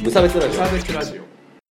無差別ラジオ。 無差別ラジオ。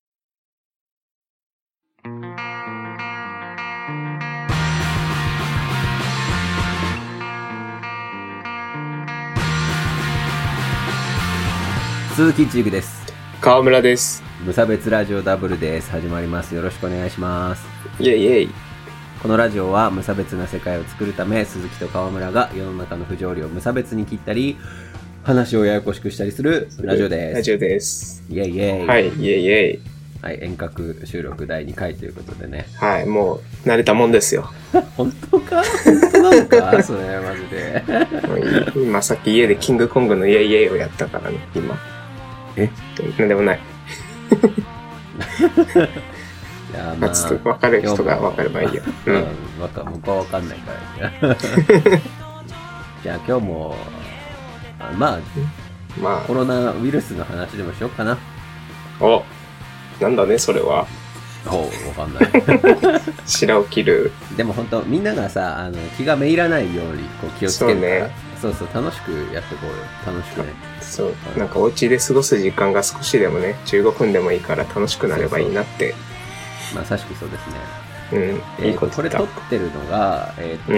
鈴木千由です。 川村です。 無差別ラジオダブルです。始まります。よろしくお願いします。 イエイイエイ。 このラジオは無差別な世界を作るため、鈴木と川村が世の中の不条理を無差別に切ったり、話をややこしくしたりするラジオです。 ラジオです。 イエイイエイ。 はい、イエイイエイ。 はい、遠隔収録第2回ということでね。 はい、もう慣れたもんですよ。 本当か？本当なのか？それマジで。 今さっき家でキングコングのイエイイエイをやったからね、今。なんでもない。 いやまあ、 ちょっと分かる人が分かればいいよ。 うん、僕は分かんないからね。じゃあ今日もまあコロナウイルスの話でもしようかな。 お、なんだねそれは。 分かんない。 白を切る。 でも本当みんながさ気がめいらないようにこう気をつけるから。そう楽しくやっていこうよ。楽しくね。 そう、なんかお家で過ごす時間が少しでもね、15分でもいいから楽しくなればいいなって。 まさしくそうですね。 いいことこれ撮ってるのが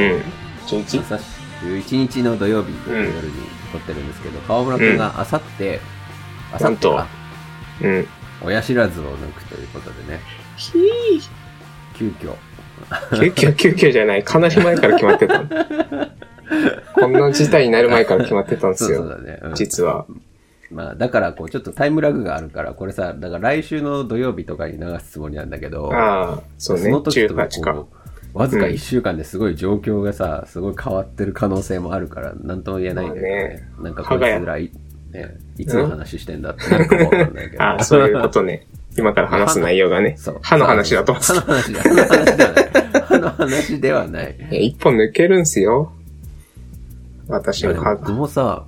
11日の土曜日の夜に撮ってるんですけど、川村くんがあさってか親知らずを抜くということでね。急遽じゃない。かなり前から決まってた。こんな事態になる前から決まってたんですよ。そうだね。実は。 まあだからこうちょっとタイムラグがあるから、これさ、だから来週の土曜日とかに流すつもりなんだけど、 そうね。 その時とかこうわずか1週間ですごい状況がさ、すごい変わってる可能性もあるから、なんとも言えないんだけどね。なんかこいつらいつの話してんだってなるかもわかんないけど。 そういうことね。今から話す内容がね。歯の話だと思ってた。 歯の話ではない。 一本抜けるんすよ。私の歯が。 僕もさ、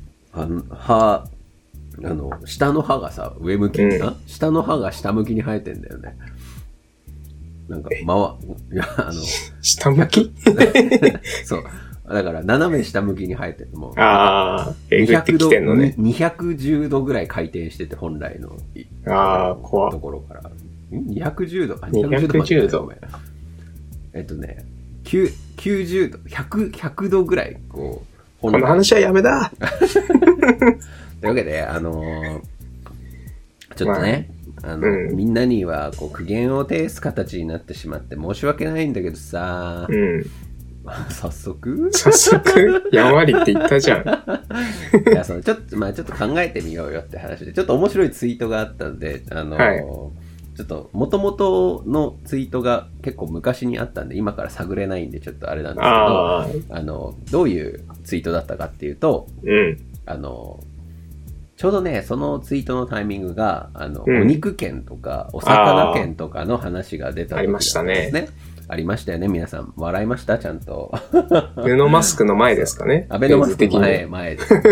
下の歯がさ、上向きにな、下の歯が下向きに生えてんだよね。なんか、 下向きそう。だから、斜め下向きに生えてる。もう。 えぐってきてんのね。 210度ぐらい回転してて、本来の。 怖ところから。210度 210度。 90度、100度ぐらい、この話はやめだというわけで、ちょっとね、みんなにはこう苦言を呈す形になってしまって申し訳ないんだけどさ、早速やんわりって言ったじゃん。 いや、ちょっと考えてみようよって話で、ちょっと面白いツイートがあったんで、ちょっと元々のツイートが結構昔にあったんで、今から探れないんでちょっとあれなんですけど、どういうツイートだったかっていうと、ちょうどね、そのツイートのタイミングが、お肉券とか、お魚券とかの話が出た時だったんですね。 ありましたね。 ありましたよね、皆さん。笑いましたちゃんと。 布マスクの前ですかね。 アベノマスクの前です、ね。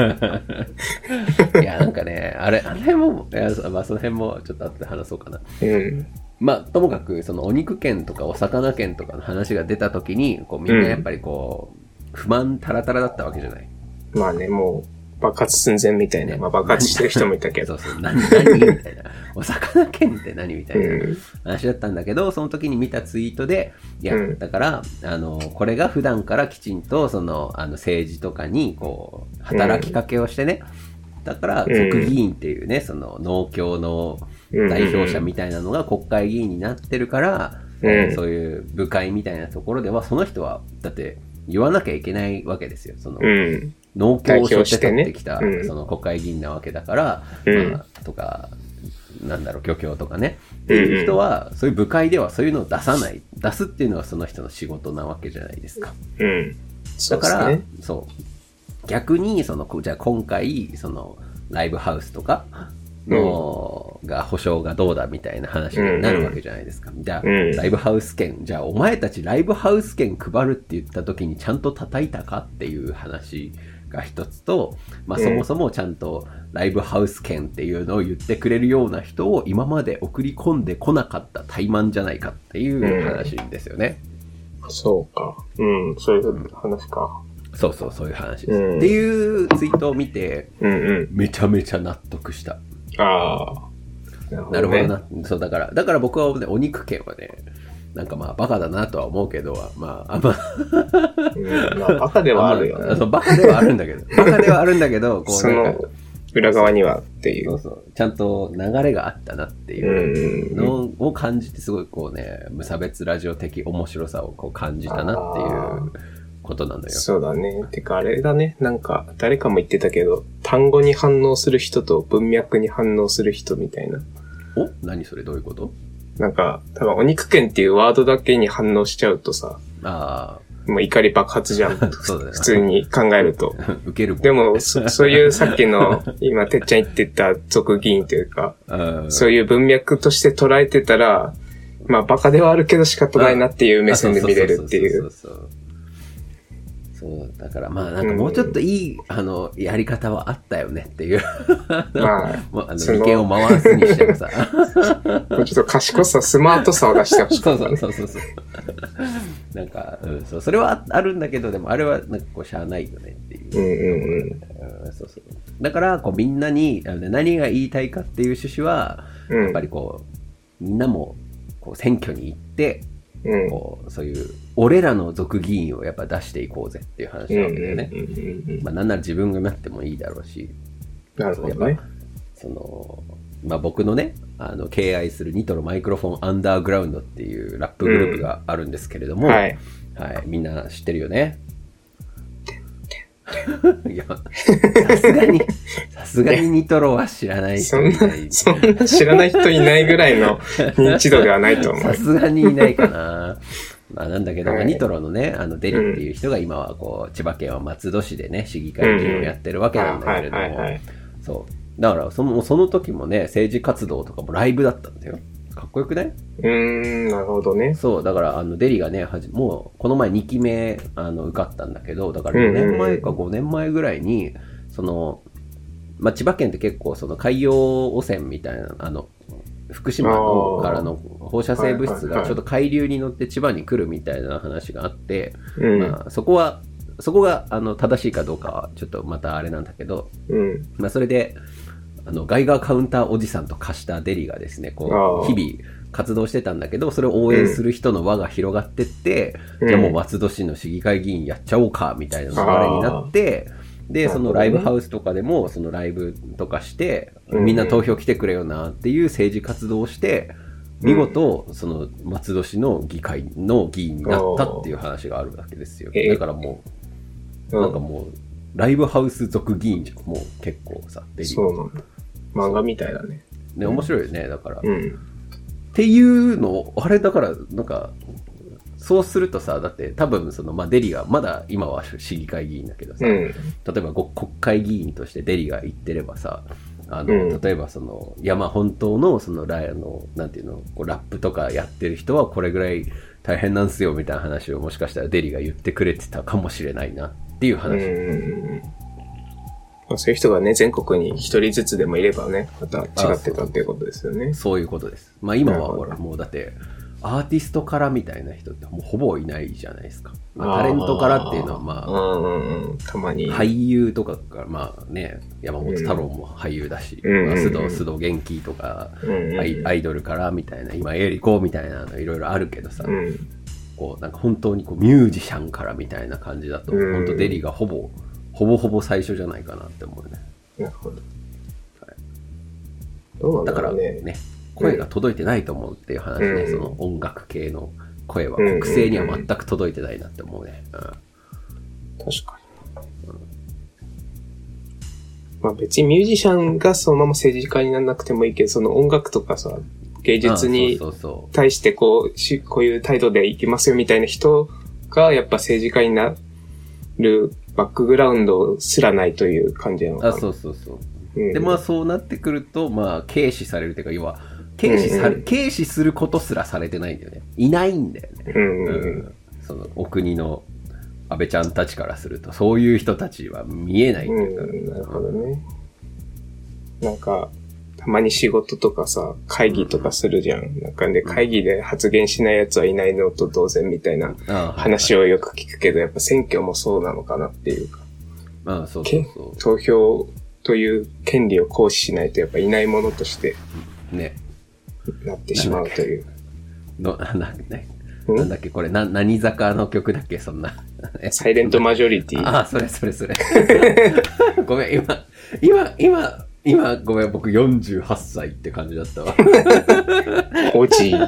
いや、なんかね、あれも、その辺もちょっと後で話そうかな。まあ、ともかく、そのお肉券とかお魚券とかの話が出た時に、こうみんなやっぱりこう、不満タラタラだったわけじゃない。 まあね、もう、爆発寸前みたいな。爆発してる人もいたけど。 何みたいな。お魚券って何みたいな話だったんだけど、その時に見たツイートで、いや、だから、これが普段からきちんと、政治とかに、こう、働きかけをしてね、だから、族議員っていうね、その農協の代表者みたいなのが国会議員になってるから、そういう部会みたいなところでは、その人は、だって言わなきゃいけないわけですよ。農協を背負って取ってきた、その国会議員なわけだから、とか、なんだろう、漁協とかね。っていう人は、そういう部会ではそういうのを出さない。出すっていうのはその人の仕事なわけじゃないですか。だから、逆に、じゃあ今回、ライブハウスとかが保証がどうだみたいな話になるわけじゃないですか。じゃあ、ライブハウス券、じゃあお前たちライブハウス券配るって言った時にちゃんと叩いたかっていう話が一つと、そもそもちゃんとライブハウス券っていうのを言ってくれるような人を今まで送り込んでこなかった怠慢じゃないかっていう話ですよね。 そうか。そういう話か。 そういう話です。っていうツイートを見て、めちゃめちゃ納得した。 ああ。 なるほどな。そう、だから僕はね、お肉券はね、なんかまあバカだなとは思うけど、まあ、まあバカではあるよね。 そう、バカではあるんだけど、こうその裏側にはっていう。 そうそう。ちゃんと流れがあったなっていうのを感じて、すごいこうね、無差別ラジオ的面白さをこう感じたなっていうことなのよ。 そうだね。てかあれだね。なんか誰かも言ってたけど、単語に反応する人と文脈に反応する人みたいな。 お？何それどういうこと？ なんか、多分お肉券っていうワードだけに反応しちゃうとさ、もう怒り爆発じゃん。そうだね、普通に考えると。 ウケるもん。 でもそういうさっきの、今、てっちゃん言ってた族議員というか、そういう文脈として捉えてたら、まあ、バカではあるけど仕方ないなっていう目線で見れるっていう。 そう、だからまあなんかもうちょっといい、やり方はあったよねっていう。 まあ、 利権を回すにしてもさ。 ちょっと賢さ、スマートさを出してほしかった、ね。 そう。なんか、そう、それはあるんだけど、でもあれはなんかこうしゃあないよねっていう。そう。だからこうみんなに何が言いたいかっていう趣旨は、やっぱりこうみんなもこう選挙に行って。こうそういう俺らの族議員をやっぱ出していこうぜっていう話なわけだよね。まあなんなら自分がなってもいいだろうし。 なるほどね。 まあ僕のね、敬愛するニトロマイクロフォンアンダーグラウンドっていうラップグループがあるんですけれども、はい、みんな知ってるよね。いや、さすがにニトロは知らない人いない。 そんな知らない人いないぐらいの認知度ではないと思う。 さすがにいないかな。まあなんだけど、ニトロのね、デリっていう人が今はこう、千葉県は松戸市でね、市議会議員をやってるわけなんだけれども、そう。だからその時もね、政治活動とかもライブだったんだよ。かっこよくない？ なるほどね。 そう、だからデリがね、もうこの前2期目受かったんだけど、だから4年前か5年前ぐらいに、まあ、千葉県って結構海洋汚染みたいな、福島からの放射性物質がちょっと海流に乗って千葉に来るみたいな話があって、まあ、そこが正しいかどうかはちょっとまたあれなんだけど、まあ、それで、ガイガーカウンターおじさんと化したデリがですね、こう、日々活動してたんだけど、それを応援する人の輪が広がってって、じゃあもう松戸市の市議会議員やっちゃおうか、みたいな流れになって、で、そのライブハウスとかでも、そのライブとかして、みんな投票来てくれよなっていう政治活動をして、見事、その松戸市の議会の議員になったっていう話があるわけですよ。だからもう、なんかもう、ライブハウス族議員じゃん。もう結構さ、デリ。 そうなんだ。漫画みたいだね。 ね、面白いよね。だから。っていうのを、あれだから、なんか、そうするとさ、だって多分まあ、デリが、まだ今は市議会議員だけどさ、例えば国会議員としてデリが言ってればさ、例えば本当のなんていうの、こうラップとかやってる人はこれぐらい大変なんすよみたいな話をもしかしたらデリが言ってくれてたかもしれないなっていう話。 そういう人がね、全国に一人ずつでもいればね、また違ってたっていうことですよね。 そういうことです。まあ今はほら、もうだって、アーティストからみたいな人ってもうほぼいないじゃないですか。まあ、タレントからっていうのはまあ、 たまに。 俳優とかから、まあね、山本太郎も俳優だし、須藤元気とか、アイドルからみたいな、今エリコみたいなのいろいろあるけどさ、こうなんか本当にこうミュージシャンからみたいな感じだと、本当デリがほぼ最初じゃないかなって思うね。 なるほど。どうなんだろうね。 だからね、声が届いてないと思うっていう話ね、その音楽系の声は国政には全く届いてないなって思うね。 確かに。まあ別にミュージシャンがそのまま政治家にならなくてもいいけど、その音楽とかさ、芸術に対してこういう態度でいきますよみたいな人がやっぱ政治家になるバックグラウンドすらないという感じなのかな。 そう。で、まあそうなってくると、まあ軽視されるというか、要は、軽視することすらされてないんだよね。いないんだよね。そのお国の安倍ちゃんたちからすると、そういう人たちは見えないっていうか。なるほどね。なんか、たまに仕事とかさ、会議とかするじゃん。なんかね、会議で発言しない奴はいないのと同然みたいな話をよく聞くけど、やっぱ選挙もそうなのかなっていうか。 そう。 投票という権利を行使しないとやっぱいないものとしてねなってしまうという。 なんだっけこれ何坂の曲だっけそんな。 サイレントマジョリティ。 ああ、それ。ごめん、今、ごめん、僕48歳って感じだったわ。 おちい。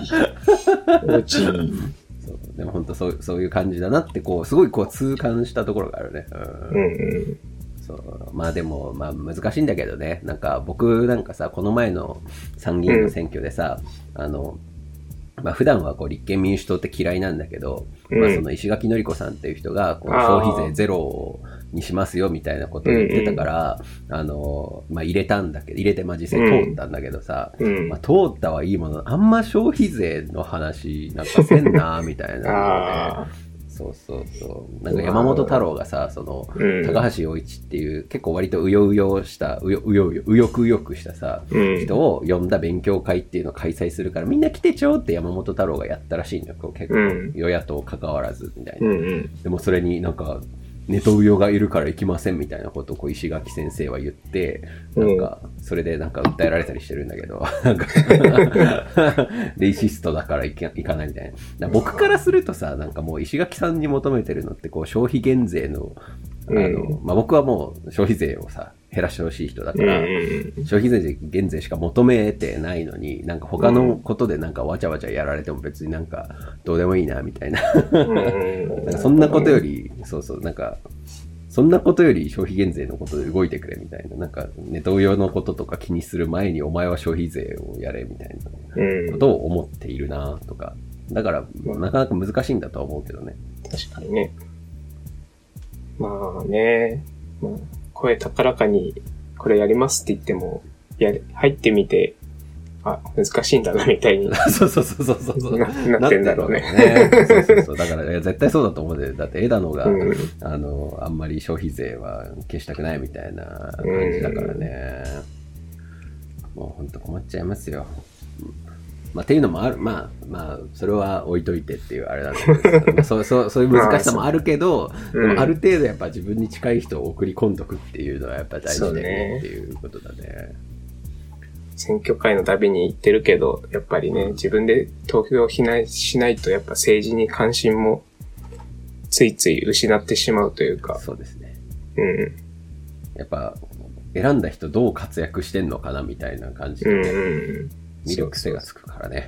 でも本当そういう感じだなって、こう、すごいこう痛感したところがあるね。そうまあでも、まあ難しいんだけどね。なんか僕なんかさ、この前の参議院の選挙でさ、まあ普段はこう立憲民主党って嫌いなんだけど、まあその石垣のり子さんっていう人がこう消費税ゼロにしますよみたいなことを言ってたから、まあ入れてまあ実際通ったんだけどさ、まあ通ったはいいもの、あんま消費税の話なんかせんなみたいなので、そうなんか山本太郎がさ、その、高橋陽一っていう結構割とうよくしたさ、人を呼んだ勉強会っていうのを開催するからみんな来てちょうって山本太郎がやったらしいのよ。こう結構与野党関わらずみたいな。でもそれになんかネトウヨがいるから行きませんみたいなことをこう石垣先生は言って、なんかそれでなんか訴えられたりしてるんだけど、なんかレイシストだから行かないみたいな。僕からするとさ、なんかもう石垣さんに求めてるのってこう消費減税のまあ、僕はもう消費税をさ減らしてほしい人だから、消費税減税しか求めてないのに、なんか他のことでなんかわちゃわちゃやられても別になんかどうでもいいなみたいな。なんかそんなことより、なんかそんなことより消費減税のことで動いてくれみたいな、なんかネトウヨのこととか気にする前にお前は消費税をやれみたいなことを思っているなとか。だからなかなか難しいんだとは思うけどね。 確かにね。まあね、まあ、声高らかにこれやりますって言っても、入ってみて、難しいんだなみたいにそうなってんだろうね。 そうだから絶対そうだと思うで、だって枝野が、あんまり消費税は消したくないみたいな感じだからね。もうほんと困っちゃいますよ。まあ、っていうのもある、まあ、それは置いといてっていうあれなんだけど、そういう難しさもあるけど、でもある程度やっぱ自分に近い人を送り込んどくっていうのはやっぱ大事だねっていうことだね。 選挙会のたびに言ってるけど、やっぱりね、自分で投票しないとやっぱ政治に関心もついつい失ってしまうというか。 そうですね。やっぱ選んだ人どう活躍してんのかなみたいな感じでね。魅力性がつくからね。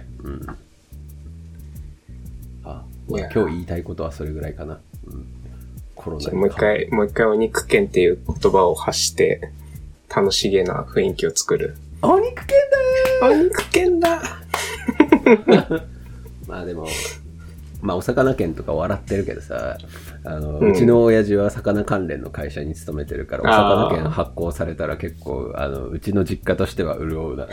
今日言いたいことはそれぐらいかな。コロナに。もう一回お肉券っていう言葉を発して楽しげな雰囲気を作る。 お肉券だー！ お肉券だまあでも、まあお魚券とか笑ってるけどさ、うちの親父は魚関連の会社に勤めてるから、お魚券発行されたら結構、うちの実家としては潤うな。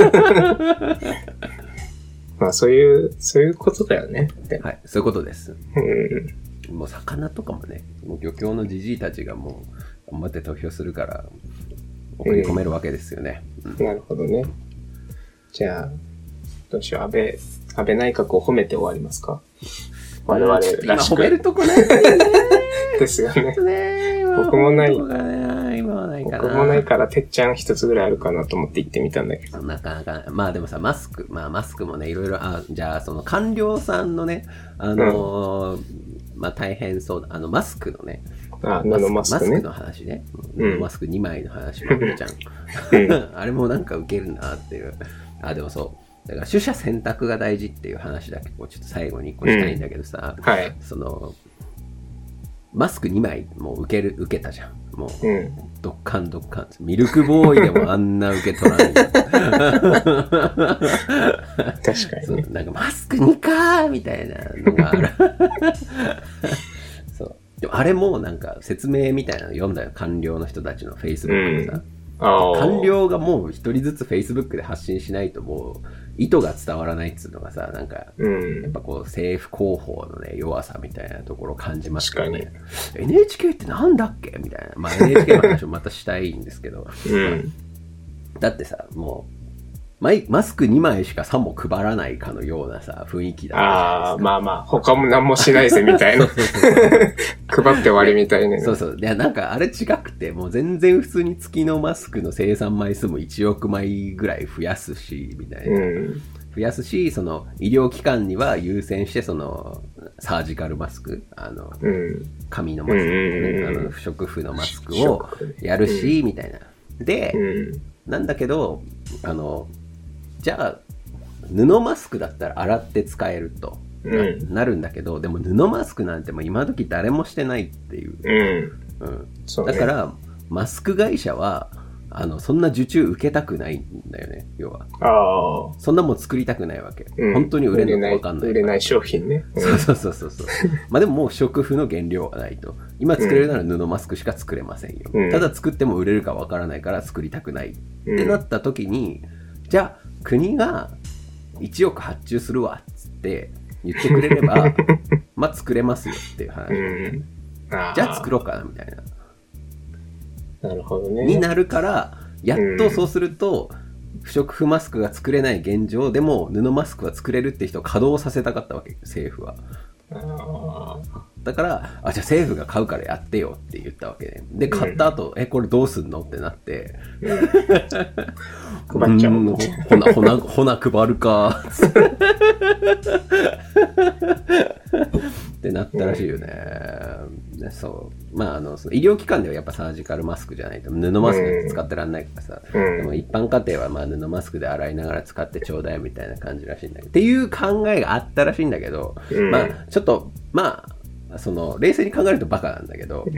まあそういうことだよね。 はい、そういうことです。もう魚とかもね、もう漁協のじじいたちがもう頑張って投票するから、送り込めるわけですよね。 なるほどね。じゃあ、どうしよう、安倍内閣を褒めて終わりますか？我々らしく。 今褒めるとこないね。 ですよね。僕もない。今はないかな。僕もないから、てっちゃん一つぐらいあるかなと思って行ってみたんだけど。 なかなか、まあでもさ、マスクもね、いろいろ、じゃあその官僚さんのね、まあ大変そうだ、マスクのね、 ナノマスクね。 マスクの話ね。マスク2枚の話もあったじゃん。あれもなんかウケるなっていう。でもそう。だから取捨選択が大事っていう話だけちょっと最後に1個したいんだけどさ、そのマスク2枚もう受けたじゃん。もう、ドッカンミルクボーイでもあんな受け取らない。確かにね。 なんかマスク2かーみたいなのがある。そう。でもあれもなんか説明みたいなの読んだよ。官僚の人たちの Facebook でさ。官僚がもう一人ずつ Facebook で発信しないともう意図が伝わらないっつうのがさ、なんか、やっぱこう政府広報のね、弱さみたいなところを感じますけどね。NHK ってなんだっけみたいな。まあ NHK の話もまたしたいんですけど。だってさ、もマスク2枚しかさも配らないかのようなさ、雰囲気だったじゃないですか。 ああ、まあまあ、他も何もしないぜみたいな。配って終わりみたいな。 そうそう。いや、なんかあれ違くて、もう全然普通に月のマスクの生産枚数も1億枚ぐらい増やすし、みたいな。増やすし、その医療機関には優先して、そのサージカルマスク、紙のマスク、不織布のマスクをやるし、みたいな。で、なんだけど、じゃあ、布マスクだったら洗って使えると、なるんだけど、でも布マスクなんてもう今時誰もしてないっていう。だから、マスク会社は、そんな受注受けたくないんだよね、要は。そんなもん作りたくないわけ。本当に売れるのか分かんない。 売れない商品ね。 そう。まあでももう不織布の原料はないと。今作れるなら布マスクしか作れませんよ。ただ作っても売れるか分からないから作りたくない。ってなった時に、じゃあ国が1億発注するわっつって言ってくれれば、まあ作れますよっていう話。じゃあ作ろうかなみたいな。 なるほどね。 になるから、やっとそうすると、不織布マスクが作れない現状でも布マスクは作れるって人を稼働させたかったわけ、政府は。だから、じゃあ政府が買うからやってよって言ったわけで。で、買った後、これどうすんのってなって。 配っちゃうの。 ほな配るか。ってなったらしいよね。そう。まあ、その医療機関ではやっぱサージカルマスクじゃないと、布マスク使ってらんないからさ。でも一般家庭はまあ布マスクで洗いながら使ってちょうだいみたいな感じらしいんだけど。っていう考えがあったらしいんだけど、まあ、ちょっと、まあ、冷静に考えるとバカなんだけど、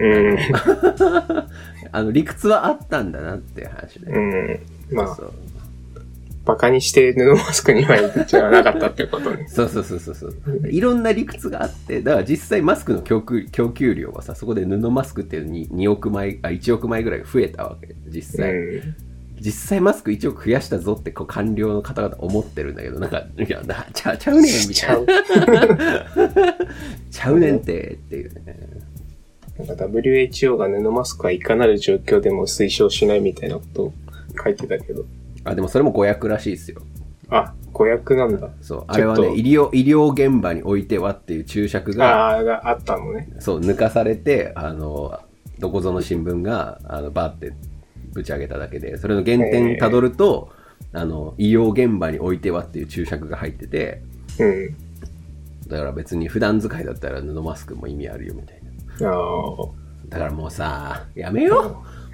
理屈はあったんだなっていう話で。 まあ。バカにして布マスク2枚じゃなかったってことね。 そう。いろんな理屈があって、だから実際マスクの供給量はさ、そこで布マスクっていうのに1億枚ぐらい増えたわけ。実際マスク1億増やしたぞってこう官僚の方々思ってるんだけど、なんか、いや、ちゃうねんみたいな。ちゃうねんっていうね。 なんか WHO が布マスクはいかなる状況でも推奨しないみたいなことを書いてたけど。 でもそれも誤訳らしいですよ。 誤訳なんだ。 そう。あれはね、医療現場においてはっていう注釈が。 があったのね。 そう、抜かされて、どこぞの新聞が、バーってぶち上げただけで、それの原点たどると、医療現場においてはっていう注釈が入ってて、だから別に普段使いだったら布マスクも意味あるよみたいな。だからもうさ、やめよう。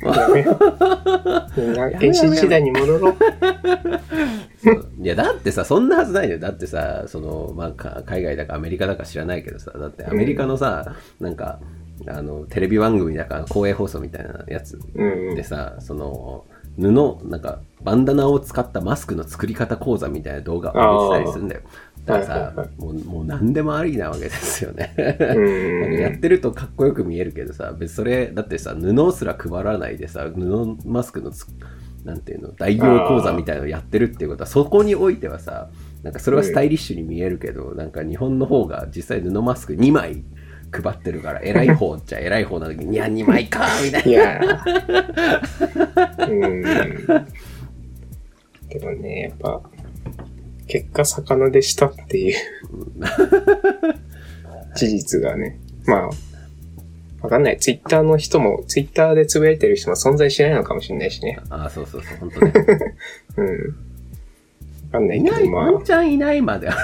原始時代に戻ろう。 いやだってさ、そんなはずないよ。だってさ、まあ、海外だかアメリカだか知らないけどさ、だってアメリカのさ、なんかテレビ番組だか公営放送みたいなやつでさ、なんかバンダナを使ったマスクの作り方講座みたいな動画を見てたりするんだよ。だからさ、もう何でもありなわけですよね。なんかやってるとかっこよく見えるけどさ、別にそれだってさ、布すら配らないでさ、布マスクのなんていうの、代用講座みたいなのをやってるっていうことは、そこにおいてはさ、なんかそれはスタイリッシュに見えるけど、なんか日本の方が実際布マスク2枚配ってるから偉い方っちゃ偉い方な時に、いや2枚かみたいな。いやけどね、やっぱ結果魚でしたっていう事実がね、まあわかんない。ツイッターの人も、ツイッターでつぶやいてる人も存在しないのかもしれないしね。 そう、本当ね。 わかんないけど、 ワンチャンいないまで。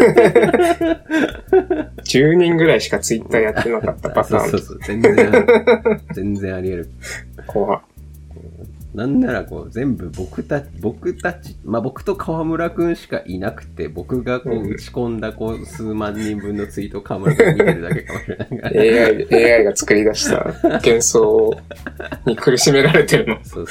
10人ぐらいしかツイッターやってなかったパターン。 そう、全然あり得る。 怖っ。 なんなら全部僕たち、まあ僕と河村くんしかいなくて、僕が打ち込んだ数万人分のツイートを河村くん見てるだけかもしれないから。 AI が作り出した幻想に苦しめられてるの。 そう。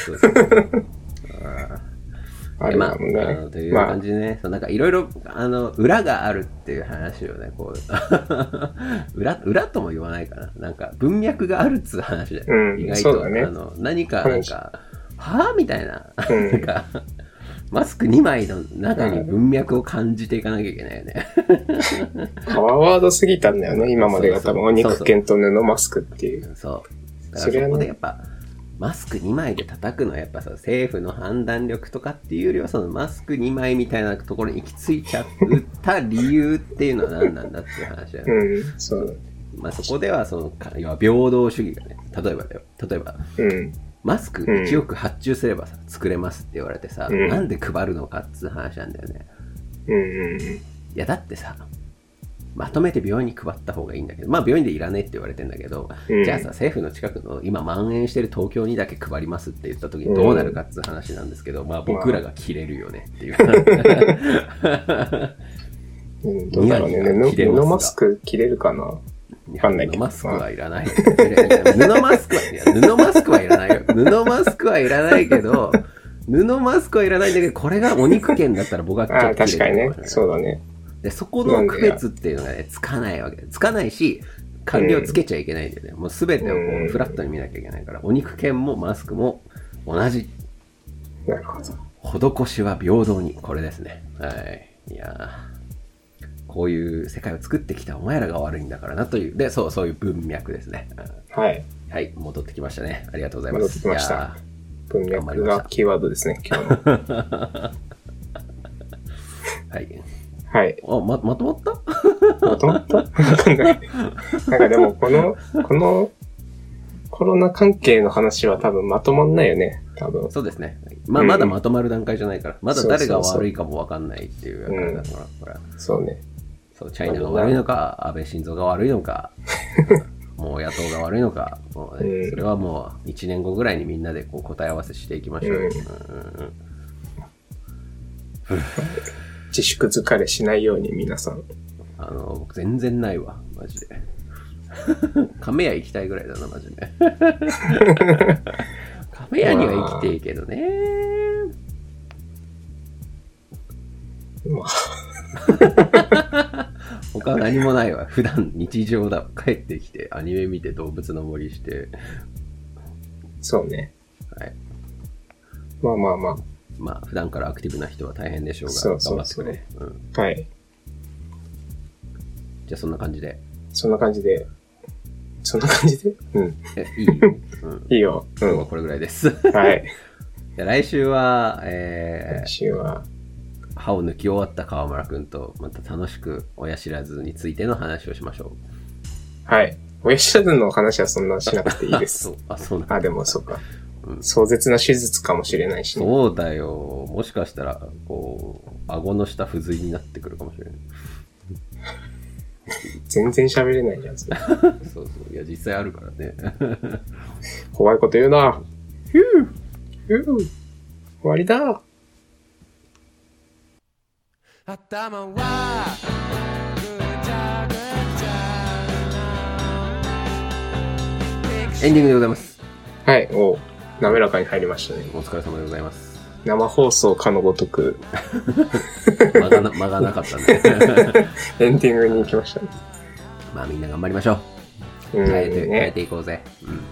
あるかもね。 という感じでね、なんかいろいろ、裏があるっていう話をね、裏とも言わないかな。なんか文脈があるっつう話で、意外と、ね、何か、なんか、はぁみたいな、なんか、マスク2枚の中に文脈を感じていかなきゃいけないよね。 パワーワードすぎたんだよね、今までが多分、お肉犬と布マスクっていう。 そう。だからそこでやっぱ、 マスク2枚で叩くのはやっぱさ、政府の判断力とかっていうよりは、そのマスク2枚みたいなところに行き着いちゃった理由っていうのは何なんだっていう話だよね。 そう。 まあそこではその、要は平等主義がね、例えば、マスク1億発注すればさ、作れますって言われてさ、なんで配るのかっていう話なんだよね。いやだってさ、まとめて病院に配った方がいいんだけど、まあ病院でいらねえって言われてんだけど、じゃあさ、政府の近くの今蔓延してる東京にだけ配りますって言った時にどうなるかっていう話なんですけど、まあ僕らが切れるよねっていう。 どうだろうね。布マスク切れるかな、わかんないけど。 布マスクはいらない。布マスクはいらないよ。布マスクはいらないけど、布マスクはいらないんだけど、これがお肉券だったら僕はちょっと確かにね。そうだね。 で、そこの区別っていうのがね、つかないわけ。つかないし、官僚つけちゃいけないんだよね。もうすべてをこうフラットに見なきゃいけないから、お肉券もマスクも同じ。 なるほど。 施しは平等に。これですね。はい。いやこういう世界を作ってきたお前らが悪いんだからなという。で、そういう文脈ですね。 はい。 はい、戻ってきましたね。ありがとうございます。 戻ってきました。文脈がキーワードですね、今日の。 はい。 はい。 まとまったまとまったわかんない。なんかでも、このコロナ関係の話は多分まとまんないよね。多分。 そうですね。まだまとまる段階じゃないから。まだ誰が悪いかもわかんないっていう感じだから、これ。 そうね。 そう、チャイナが悪いのか、安倍晋三が悪いのか、もう野党が悪いのか、もうね、それはもう1年後ぐらいにみんなでこう答え合わせしていきましょう。 自粛疲れしないように皆さん。 僕全然ないわ、マジで。亀屋行きたいぐらいだな、マジで。亀屋には行きていいけどね。他は何もないわ。普段日常だ。帰ってきてアニメ見て動物の森して。 そうね。 はい。まあ普段からアクティブな人は大変でしょうが、頑張ってくれ。 はい。 じゃあそんな感じで。 そんな感じで。うん。 いいよ。 いいよ。 今日はこれぐらいです。 はい。 来週は、歯を抜き終わった川村くんとまた楽しく親知らずについての話をしましょう。はい。親知らずの話はそんなしなくていいです。 そうなんだ。 でもそうか。壮絶な手術かもしれないし、 ね。そうだよ。もしかしたら、こう、顎の下不随になってくるかもしれない。 全然喋れないじゃん、それ。 そう。いや、実際あるからね。 怖いこと言うな。終わりだ。頭はエンディングでございます。 はい、滑らかに入りましたね。 お疲れ様でございます。 生放送かのごとく間がなかったね。 エンディングに行きましたね。 まあみんな頑張りましょう。変えていこうぜ。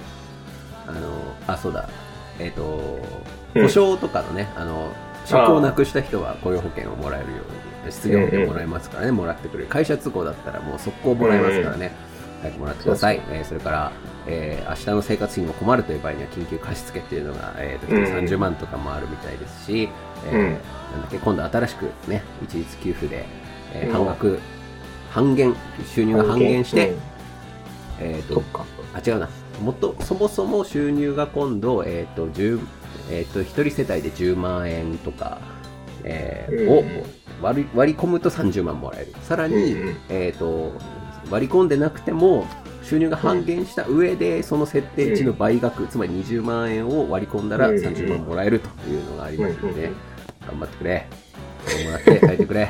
そうだ。保証とかのね、職をなくした人は雇用保険をもらえるように、失業保険もらえますからね、もらってくれる。会社都合だったらもう速攻もらえますからね。早くもらってください。それから、明日の生活費にも困るという場合には緊急貸付っていうのが、30万とかもあるみたいですし、なんだっけ、今度新しくね、一律給付で、収入が半減して、違うな。そもそも収入が今度、一人世帯で10万円とか、を割り込むと30万もらえる。さらに、割り込んでなくても収入が半減した上でその設定値の倍額、つまり20万円を割り込んだら30万もらえるというのがありますので、頑張ってくれ。もらって帰ってくれ。はい、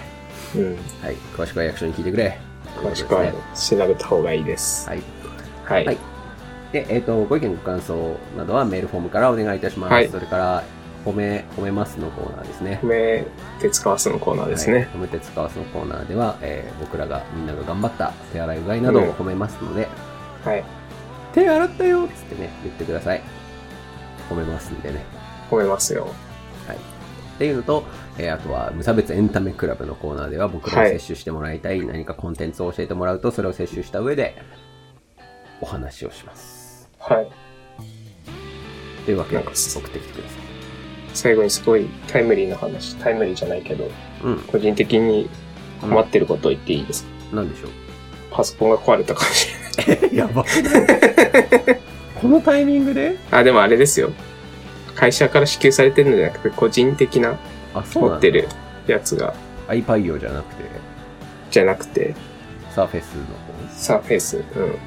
詳しくは役所に聞いてくれ。 詳しくは調べた方がいいです。はい。 で、ご意見ご感想などはメールフォームからお願いいたします。それから褒めますのコーナーですね。 褒めて使わすのコーナーですね。 褒めて使わすのコーナーでは、僕らがみんなが頑張った手洗い具合などを褒めますので、手洗ったよっつってね言ってください。褒めますんでね。 褒めますよ。 はい。っていうのと、あとは無差別エンタメクラブのコーナーでは僕らを摂取してもらいたい何かコンテンツを教えてもらうと、それを摂取した上でお話をします。 はい。 というわけで送ってきてください。 最後にすごいタイムリーな話、タイムリーじゃないけど、個人的に困ってることを言っていいですか？ 何でしょう？ パソコンが壊れたかもしれない。 やばくない？このタイミングで？ でもあれですよ。会社から支給されてるのじゃなくて、個人的な持ってるやつが。 iPio じゃなくて。サーフェスの方？ サーフェス。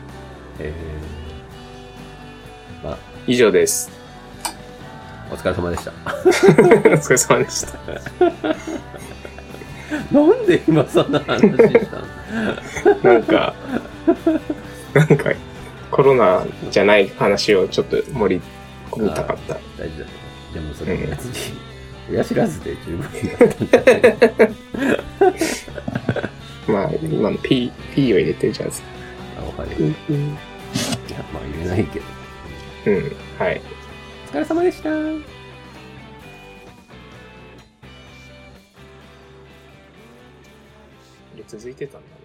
以上です。 お疲れ様でした。 お疲れ様でした。 なんで今そんな話したの？ なんかコロナじゃない話をちょっと盛り込みたかった。 大事だね。でもそれ別に親知らずで十分だったんまあ今の P を入れてるじゃん。 わかるよ。いやまあ入れないけど。 はい。 お疲れ様でした。 続いてたんだ。